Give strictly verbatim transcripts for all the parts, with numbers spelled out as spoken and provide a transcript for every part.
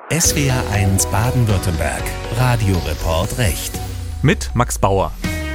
S W R eins Baden-Württemberg. Radioreport Recht. Mit Max Bauer.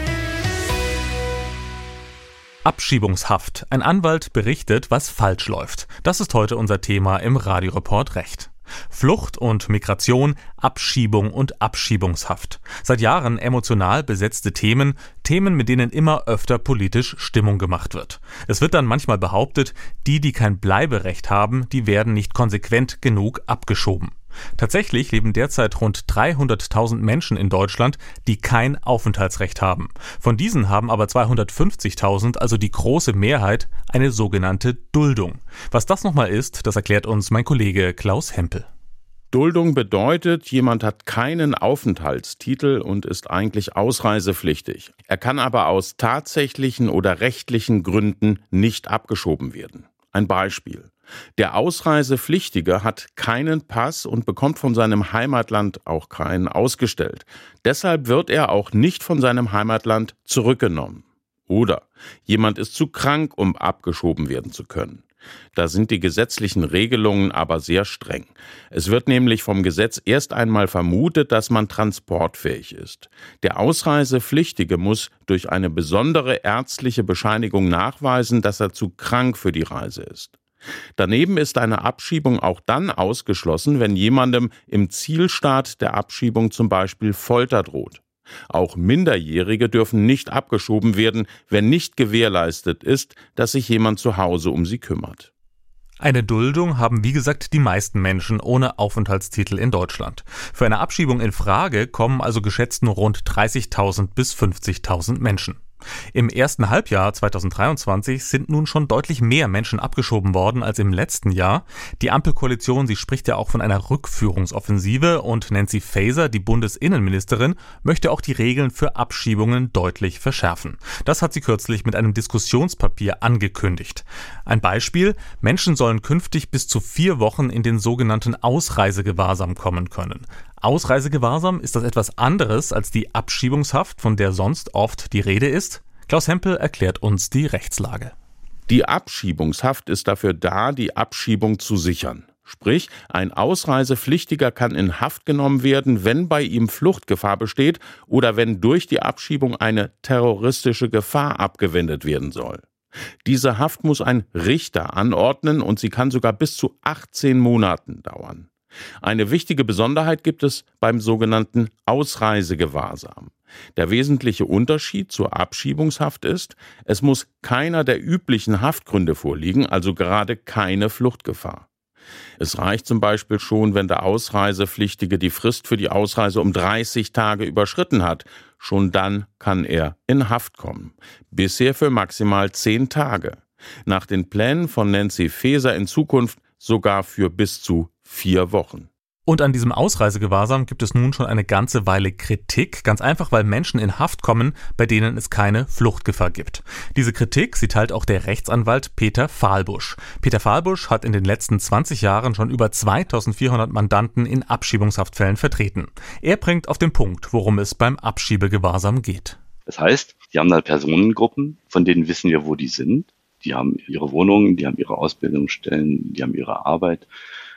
Abschiebungshaft. Ein Anwalt berichtet, was falsch läuft. Das ist heute unser Thema im Radioreport Recht. Flucht und Migration, Abschiebung und Abschiebungshaft. Seit Jahren emotional besetzte Themen, Themen, mit denen immer öfter politisch Stimmung gemacht wird. Es wird dann manchmal behauptet, die, die kein Bleiberecht haben, die werden nicht konsequent genug abgeschoben. Tatsächlich leben derzeit rund dreihunderttausend Menschen in Deutschland, die kein Aufenthaltsrecht haben. Von diesen haben aber zweihundertfünfzigtausend, also die große Mehrheit, eine sogenannte Duldung. Was das nochmal ist, das erklärt uns mein Kollege Klaus Hempel. Duldung bedeutet, jemand hat keinen Aufenthaltstitel und ist eigentlich ausreisepflichtig. Er kann aber aus tatsächlichen oder rechtlichen Gründen nicht abgeschoben werden. Ein Beispiel. Der Ausreisepflichtige hat keinen Pass und bekommt von seinem Heimatland auch keinen ausgestellt. Deshalb wird er auch nicht von seinem Heimatland zurückgenommen. Oder jemand ist zu krank, um abgeschoben werden zu können. Da sind die gesetzlichen Regelungen aber sehr streng. Es wird nämlich vom Gesetz erst einmal vermutet, dass man transportfähig ist. Der Ausreisepflichtige muss durch eine besondere ärztliche Bescheinigung nachweisen, dass er zu krank für die Reise ist. Daneben ist eine Abschiebung auch dann ausgeschlossen, wenn jemandem im Zielstaat der Abschiebung zum Beispiel Folter droht. Auch Minderjährige dürfen nicht abgeschoben werden, wenn nicht gewährleistet ist, dass sich jemand zu Hause um sie kümmert. Eine Duldung haben wie gesagt die meisten Menschen ohne Aufenthaltstitel in Deutschland. Für eine Abschiebung in Frage kommen also geschätzt nur rund dreißigtausend bis fünfzigtausend Menschen. Im ersten Halbjahr zweitausenddreiundzwanzig sind nun schon deutlich mehr Menschen abgeschoben worden als im letzten Jahr. Die Ampelkoalition, sie spricht ja auch von einer Rückführungsoffensive und Nancy Faeser, die Bundesinnenministerin, möchte auch die Regeln für Abschiebungen deutlich verschärfen. Das hat sie kürzlich mit einem Diskussionspapier angekündigt. Ein Beispiel: Menschen sollen künftig bis zu vier Wochen in den sogenannten Ausreisegewahrsam kommen können. Ausreisegewahrsam, ist das etwas anderes als die Abschiebungshaft, von der sonst oft die Rede ist? Klaus Hempel erklärt uns die Rechtslage. Die Abschiebungshaft ist dafür da, die Abschiebung zu sichern. Sprich, ein Ausreisepflichtiger kann in Haft genommen werden, wenn bei ihm Fluchtgefahr besteht oder wenn durch die Abschiebung eine terroristische Gefahr abgewendet werden soll. Diese Haft muss ein Richter anordnen und sie kann sogar bis zu achtzehn Monaten dauern. Eine wichtige Besonderheit gibt es beim sogenannten Ausreisegewahrsam. Der wesentliche Unterschied zur Abschiebungshaft ist, es muss keiner der üblichen Haftgründe vorliegen, also gerade keine Fluchtgefahr. Es reicht zum Beispiel schon, wenn der Ausreisepflichtige die Frist für die Ausreise um dreißig Tage überschritten hat. Schon dann kann er in Haft kommen. Bisher für maximal zehn Tage. Nach den Plänen von Nancy Faeser in Zukunft sogar für bis zu vier Wochen. Und an diesem Ausreisegewahrsam gibt es nun schon eine ganze Weile Kritik, ganz einfach, weil Menschen in Haft kommen, bei denen es keine Fluchtgefahr gibt. Diese Kritik, sie teilt auch der Rechtsanwalt Peter Fahlbusch. Peter Fahlbusch hat in den letzten zwanzig Jahren schon über zweitausendvierhundert Mandanten in Abschiebungshaftfällen vertreten. Er bringt auf den Punkt, worum es beim Abschiebegewahrsam geht. Das heißt, die haben da Personengruppen, von denen wissen wir, wo die sind. Die haben ihre Wohnungen, die haben ihre Ausbildungsstellen, die haben ihre Arbeit.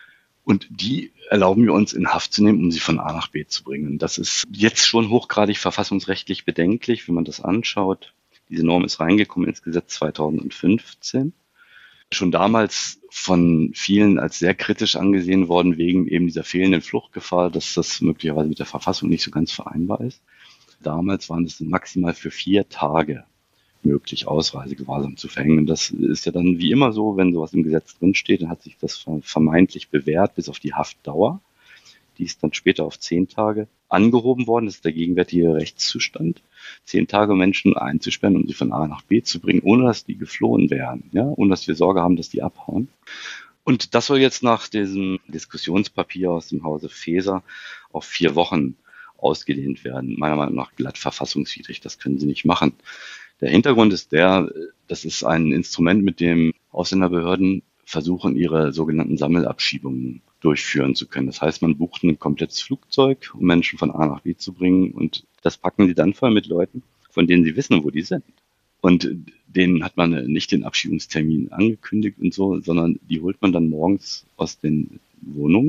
Und die erlauben wir uns in Haft zu nehmen, um sie von A nach B zu bringen. Das ist jetzt schon hochgradig verfassungsrechtlich bedenklich, wenn man das anschaut. Diese Norm ist reingekommen ins Gesetz zweitausendfünfzehn. Schon damals von vielen als sehr kritisch angesehen worden, wegen eben dieser fehlenden Fluchtgefahr, dass das möglicherweise mit der Verfassung nicht so ganz vereinbar ist. Damals waren es maximal für vier Tage möglich, Ausreisegewahrsam zu verhängen. Das ist ja dann wie immer so, wenn sowas im Gesetz drinsteht, dann hat sich das vermeintlich bewährt bis auf die Haftdauer. Die ist dann später auf zehn Tage angehoben worden. Das ist der gegenwärtige Rechtszustand. Zehn Tage Menschen einzusperren, um sie von A nach B zu bringen, ohne dass die geflohen wären, ja, ohne dass wir Sorge haben, dass die abhauen. Und das soll jetzt nach diesem Diskussionspapier aus dem Hause Faeser auf vier Wochen ausgedehnt werden. Meiner Meinung nach glatt verfassungswidrig. Das können sie nicht machen. Der Hintergrund ist der, das ist ein Instrument, mit dem Ausländerbehörden versuchen, ihre sogenannten Sammelabschiebungen durchführen zu können. Das heißt, man bucht ein komplettes Flugzeug, um Menschen von A nach B zu bringen, und das packen sie dann voll mit Leuten, von denen sie wissen, wo die sind. Und denen hat man nicht den Abschiebungstermin angekündigt und so, sondern die holt man dann morgens aus den Wohnungen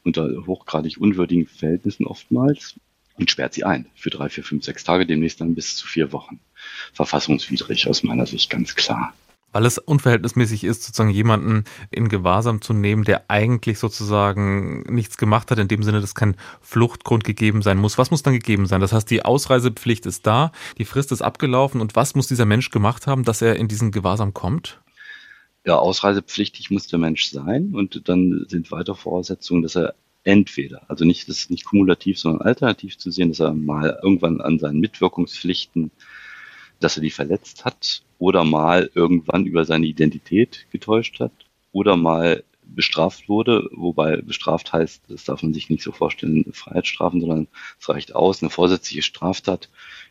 unter hochgradig unwürdigen Verhältnissen oftmals, und sperrt sie ein für drei, vier, fünf, sechs Tage, demnächst dann bis zu vier Wochen. Verfassungswidrig aus meiner Sicht, ganz klar. Weil es unverhältnismäßig ist, sozusagen jemanden in Gewahrsam zu nehmen, der eigentlich sozusagen nichts gemacht hat, in dem Sinne, dass kein Fluchtgrund gegeben sein muss. Was muss dann gegeben sein? Das heißt, die Ausreisepflicht ist da, die Frist ist abgelaufen und was muss dieser Mensch gemacht haben, dass er in diesen Gewahrsam kommt? Ja, ausreisepflichtig muss der Mensch sein und dann sind weitere Voraussetzungen, dass er entweder, also nicht, das ist nicht kumulativ, sondern alternativ zu sehen, dass er mal irgendwann an seinen Mitwirkungspflichten, dass er die verletzt hat oder mal irgendwann über seine Identität getäuscht hat oder mal bestraft wurde, wobei bestraft heißt, das darf man sich nicht so vorstellen, Freiheitsstrafen, sondern es reicht aus, eine vorsätzliche Straftat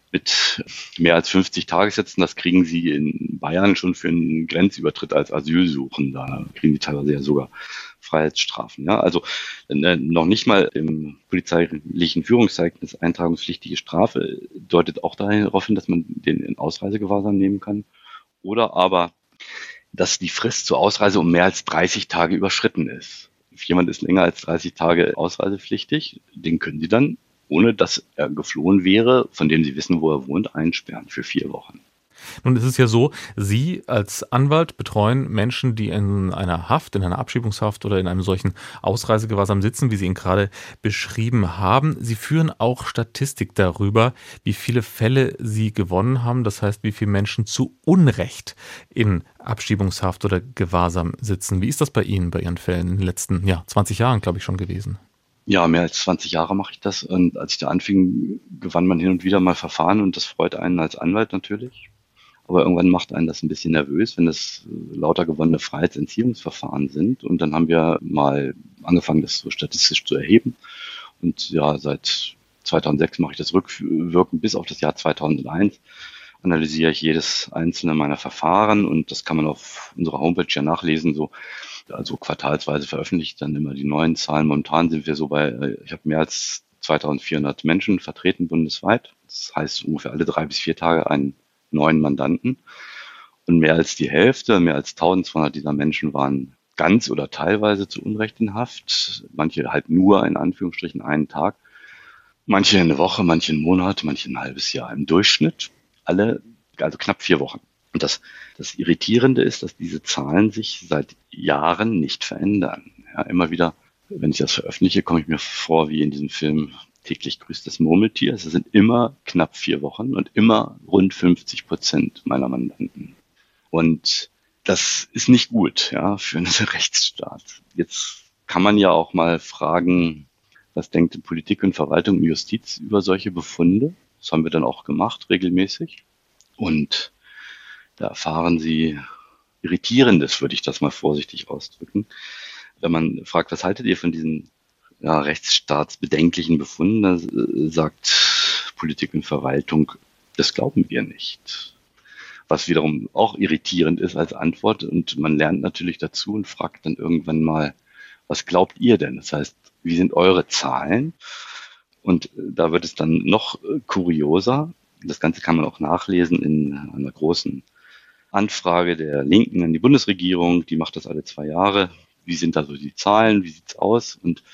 mit mehr als fünfzig Tagessätzen, das kriegen sie in Bayern schon für einen Grenzübertritt als Asylsuchender, da kriegen die teilweise ja sogar Freiheitsstrafen. Ja, also äh, noch nicht mal im polizeilichen Führungszeugnis eintragungspflichtige Strafe deutet auch darauf hin, dass man den in Ausreisegewahrsam nehmen kann. Oder aber, dass die Frist zur Ausreise um mehr als dreißig Tage überschritten ist. Jemand ist länger als dreißig Tage ausreisepflichtig, den können Sie dann, ohne dass er geflohen wäre, von dem Sie wissen, wo er wohnt, einsperren für vier Wochen. Nun ist es ja so, Sie als Anwalt betreuen Menschen, die in einer Haft, in einer Abschiebungshaft oder in einem solchen Ausreisegewahrsam sitzen, wie Sie ihn gerade beschrieben haben. Sie führen auch Statistik darüber, wie viele Fälle Sie gewonnen haben. Das heißt, wie viele Menschen zu Unrecht in Abschiebungshaft oder Gewahrsam sitzen. Wie ist das bei Ihnen, bei Ihren Fällen in den letzten ja, zwanzig Jahren, glaube ich, schon gewesen? Ja, mehr als zwanzig Jahre mache ich das. Und als ich da anfing, gewann man hin und wieder mal Verfahren und das freut einen als Anwalt natürlich. Aber irgendwann macht einen das ein bisschen nervös, wenn das lauter gewonnene Freiheitsentziehungsverfahren sind. Und dann haben wir mal angefangen, das so statistisch zu erheben. Und ja, seit zweitausendsechs mache ich das rückwirkend bis auf das Jahr zweitausendeins. Analysiere ich jedes einzelne meiner Verfahren und das kann man auf unserer Homepage ja nachlesen, so also quartalsweise veröffentlicht dann immer die neuen Zahlen. Momentan sind wir so bei, ich habe mehr als zweitausendvierhundert Menschen vertreten bundesweit. Das heißt ungefähr alle drei bis vier Tage einen neuen Mandanten. Und mehr als die Hälfte, mehr als eintausendzweihundert dieser Menschen waren ganz oder teilweise zu Unrecht in Haft. Manche halt nur in Anführungsstrichen einen Tag. Manche eine Woche, manche einen Monat, manche ein halbes Jahr im Durchschnitt. Alle, also knapp vier Wochen. Und das, das Irritierende ist, dass diese Zahlen sich seit Jahren nicht verändern. Ja, immer wieder, wenn ich das veröffentliche, komme ich mir vor wie in diesem Film Täglich grüßt das Murmeltier. Es sind immer knapp vier Wochen und immer rund fünfzig Prozent meiner Mandanten. Und das ist nicht gut, ja, für einen Rechtsstaat. Jetzt kann man ja auch mal fragen, was denkt die Politik und Verwaltung und Justiz über solche Befunde? Das haben wir dann auch gemacht, regelmäßig. Und da erfahren Sie Irritierendes, würde ich das mal vorsichtig ausdrücken. Wenn man fragt, was haltet ihr von diesen ja, rechtsstaatsbedenklichen Befunden, da äh, sagt Politik und Verwaltung, das glauben wir nicht. Was wiederum auch irritierend ist als Antwort. Und man lernt natürlich dazu und fragt dann irgendwann mal, was glaubt ihr denn? Das heißt, wie sind eure Zahlen? Und da wird es dann noch kurioser. Das Ganze kann man auch nachlesen in einer großen Anfrage der Linken an die Bundesregierung. Die macht das alle zwei Jahre. Wie sind da so die Zahlen? Wie sieht's aus? Und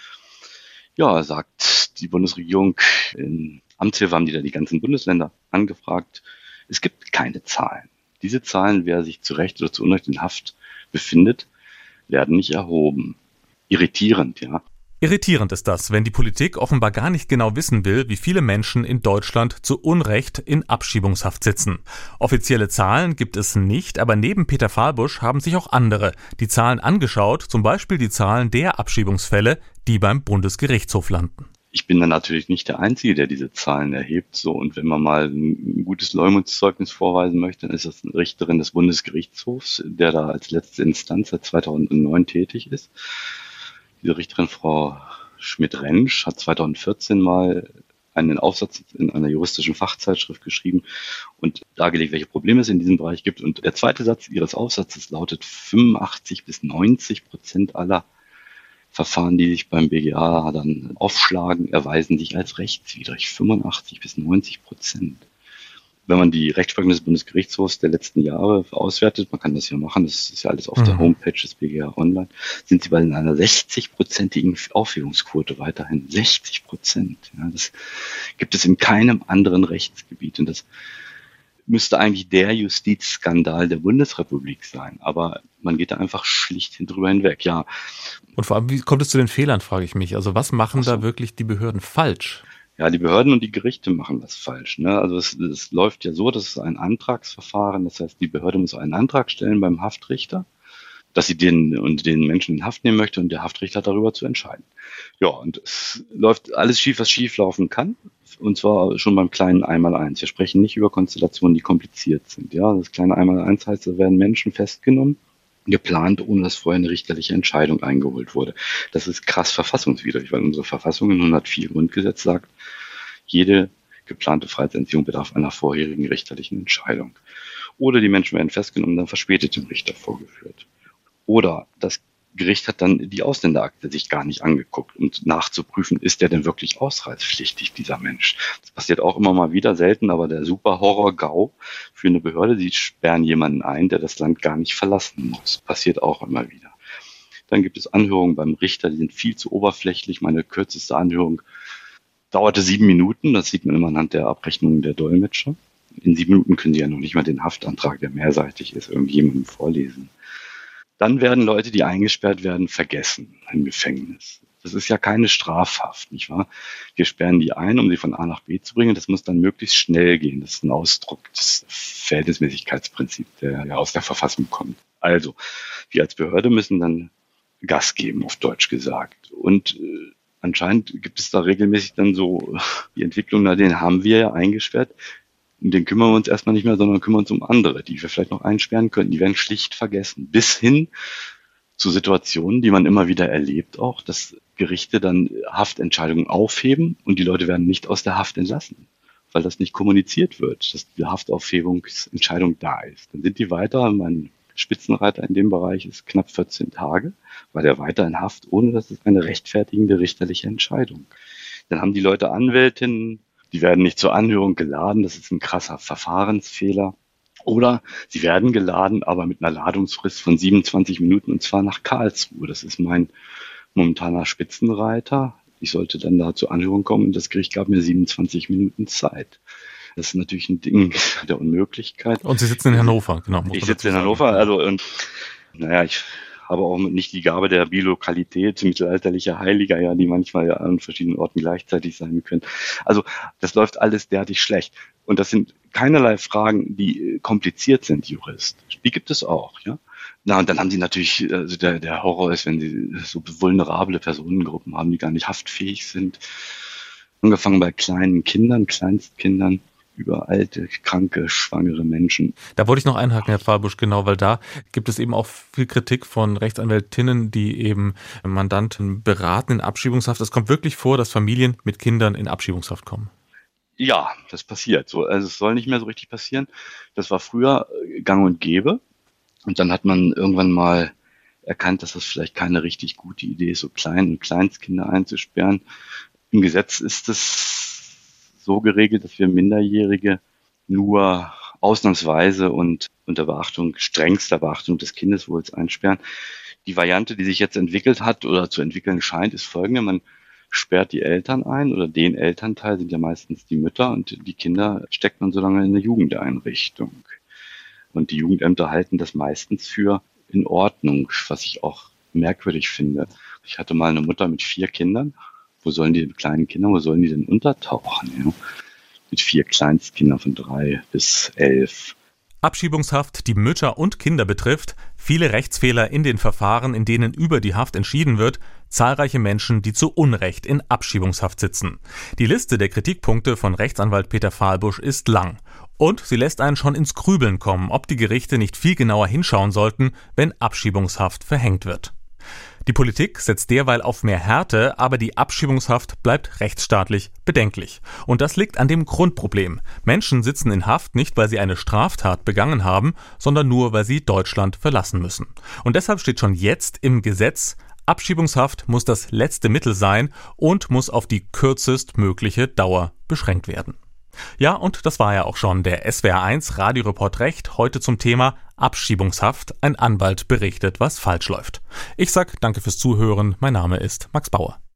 ja, sagt die Bundesregierung, in Amtshilfe haben die da die ganzen Bundesländer angefragt. Es gibt keine Zahlen. Diese Zahlen, wer sich zu Recht oder zu Unrecht in Haft befindet, werden nicht erhoben. Irritierend, ja. Irritierend ist das, wenn die Politik offenbar gar nicht genau wissen will, wie viele Menschen in Deutschland zu Unrecht in Abschiebungshaft sitzen. Offizielle Zahlen gibt es nicht, aber neben Peter Fahlbusch haben sich auch andere die Zahlen angeschaut, zum Beispiel die Zahlen der Abschiebungsfälle, die beim Bundesgerichtshof landen. Ich bin dann natürlich nicht der Einzige, der diese Zahlen erhebt. So, und wenn man mal ein gutes Leumundszeugnis vorweisen möchte, dann ist das eine Richterin des Bundesgerichtshofs, der da als letzte Instanz seit zweitausendneun tätig ist. Diese Richterin, Frau Schmidt-Rentsch, hat zweitausendvierzehn mal einen Aufsatz in einer juristischen Fachzeitschrift geschrieben und dargelegt, welche Probleme es in diesem Bereich gibt. Und der zweite Satz ihres Aufsatzes lautet, fünfundachtzig bis neunzig Prozent aller Verfahren, die sich beim B G A dann aufschlagen, erweisen sich als rechtswidrig. fünfundachtzig bis neunzig Prozent. wenn man die Rechtsprechung des Bundesgerichtshofs der letzten Jahre auswertet, man kann das ja machen, das ist ja alles auf mhm. der Homepage des B G H Online, sind sie bei einer sechzig-prozentigen Aufhebungsquote weiterhin. sechzig Prozent. Ja, das gibt es in keinem anderen Rechtsgebiet. Und das müsste eigentlich der Justizskandal der Bundesrepublik sein. Aber man geht da einfach schlicht drüber hinweg. Ja. Und vor allem, wie kommt es zu den Fehlern, frage ich mich. Also was machen so. da wirklich die Behörden falsch? Ja, die Behörden und die Gerichte machen was falsch. Ne? Also es, es läuft ja so, das ist ein Antragsverfahren. Das heißt, die Behörde muss einen Antrag stellen beim Haftrichter, dass sie den und den Menschen in Haft nehmen möchte und der Haftrichter hat darüber zu entscheiden. Ja, und es läuft alles schief, was schief laufen kann. Und zwar schon beim kleinen Einmaleins. Wir sprechen nicht über Konstellationen, die kompliziert sind. Ja, das kleine Einmaleins heißt, da werden Menschen festgenommen, geplant, ohne dass vorher eine richterliche Entscheidung eingeholt wurde. Das ist krass verfassungswidrig, weil unsere Verfassung in hundertvier Grundgesetz sagt, jede geplante Freiheitsentziehung bedarf einer vorherigen richterlichen Entscheidung. Oder die Menschen werden festgenommen, dann verspätet dem Richter vorgeführt. Oder das Gericht hat dann die Ausländerakte sich gar nicht angeguckt, um nachzuprüfen, ist der denn wirklich ausreispflichtig, dieser Mensch. Das passiert auch immer mal wieder, selten, aber der super Horror-GAU für eine Behörde, die sperren jemanden ein, der das Land gar nicht verlassen muss. Passiert auch immer wieder. Dann gibt es Anhörungen beim Richter, die sind viel zu oberflächlich. Meine kürzeste Anhörung dauerte sieben Minuten, das sieht man immer anhand der Abrechnungen der Dolmetscher. In sieben Minuten können sie ja noch nicht mal den Haftantrag, der mehrseitig ist, irgendjemandem vorlesen. Dann werden Leute, die eingesperrt werden, vergessen im Gefängnis. Das ist ja keine Strafhaft, nicht wahr? Wir sperren die ein, um sie von A nach B zu bringen. Das muss dann möglichst schnell gehen. Das ist ein Ausdruck des Verhältnismäßigkeitsprinzips, der ja aus der Verfassung kommt. Also, wir als Behörde müssen dann Gas geben, auf Deutsch gesagt. Und äh, anscheinend gibt es da regelmäßig dann so die Entwicklung, na, den haben wir ja eingesperrt. Um den kümmern wir uns erstmal nicht mehr, sondern kümmern uns um andere, die wir vielleicht noch einsperren können. Die werden schlicht vergessen. Bis hin zu Situationen, die man immer wieder erlebt auch, dass Gerichte dann Haftentscheidungen aufheben und die Leute werden nicht aus der Haft entlassen, weil das nicht kommuniziert wird, dass die Haftaufhebungsentscheidung da ist. Dann sind die weiter, mein Spitzenreiter in dem Bereich ist knapp vierzehn Tage, war der weiter in Haft, ohne dass es eine rechtfertigende richterliche Entscheidung. Dann haben die Leute Anwältinnen, die werden nicht zur Anhörung geladen, das ist ein krasser Verfahrensfehler. Oder sie werden geladen, aber mit einer Ladungsfrist von siebenundzwanzig Minuten und zwar nach Karlsruhe. Das ist mein momentaner Spitzenreiter. Ich sollte dann da zur Anhörung kommen und das Gericht gab mir siebenundzwanzig Minuten Zeit. Das ist natürlich ein Ding der Unmöglichkeit. Und Sie sitzen in Hannover, genau. Ich sitze in Hannover, also und naja, ich habe auch nicht die Gabe der Bilokalität, mittelalterlicher Heiliger, ja, die manchmal ja an verschiedenen Orten gleichzeitig sein können. Also das läuft alles derartig schlecht. Und das sind keinerlei Fragen, die kompliziert sind, Jurist. Die gibt es auch, ja. Na, und dann haben sie natürlich, also der, der Horror ist, wenn sie so vulnerable Personengruppen haben, die gar nicht haftfähig sind. Angefangen bei kleinen Kindern, Kleinstkindern, über alte, kranke, schwangere Menschen. Da wollte ich noch einhaken, Herr Fahlbusch, genau, weil da gibt es eben auch viel Kritik von Rechtsanwältinnen, die eben Mandanten beraten in Abschiebungshaft. Es kommt wirklich vor, dass Familien mit Kindern in Abschiebungshaft kommen. Ja, das passiert. So, also es soll nicht mehr so richtig passieren. Das war früher gang und gäbe. Und dann hat man irgendwann mal erkannt, dass das vielleicht keine richtig gute Idee ist, so Klein- und Kleinstkinder einzusperren. Im Gesetz ist es so geregelt, dass wir Minderjährige nur ausnahmsweise und unter Beachtung, strengster Beachtung des Kindeswohls einsperren. Die Variante, die sich jetzt entwickelt hat oder zu entwickeln scheint, ist folgende. Man sperrt die Eltern ein oder den Elternteil, sind ja meistens die Mütter, und die Kinder steckt man so lange in eine Jugendeinrichtung. Und die Jugendämter halten das meistens für in Ordnung, was ich auch merkwürdig finde. Ich hatte mal eine Mutter mit vier Kindern. Wo sollen die kleinen Kinder, wo sollen die denn untertauchen? Ja? Mit vier Kleinstkindern von drei bis elf. Abschiebungshaft, die Mütter und Kinder betrifft, viele Rechtsfehler in den Verfahren, in denen über die Haft entschieden wird, zahlreiche Menschen, die zu Unrecht in Abschiebungshaft sitzen. Die Liste der Kritikpunkte von Rechtsanwalt Peter Fahlbusch ist lang. Und sie lässt einen schon ins Grübeln kommen, ob die Gerichte nicht viel genauer hinschauen sollten, wenn Abschiebungshaft verhängt wird. Die Politik setzt derweil auf mehr Härte, aber die Abschiebungshaft bleibt rechtsstaatlich bedenklich. Und das liegt an dem Grundproblem. Menschen sitzen in Haft nicht, weil sie eine Straftat begangen haben, sondern nur, weil sie Deutschland verlassen müssen. Und deshalb steht schon jetzt im Gesetz, Abschiebungshaft muss das letzte Mittel sein und muss auf die kürzestmögliche Dauer beschränkt werden. Ja, und das war ja auch schon der S W R eins Radioreport Recht, heute zum Thema Abschiebungshaft. Ein Anwalt berichtet, was falsch läuft. Ich sag danke fürs Zuhören. Mein Name ist Max Bauer.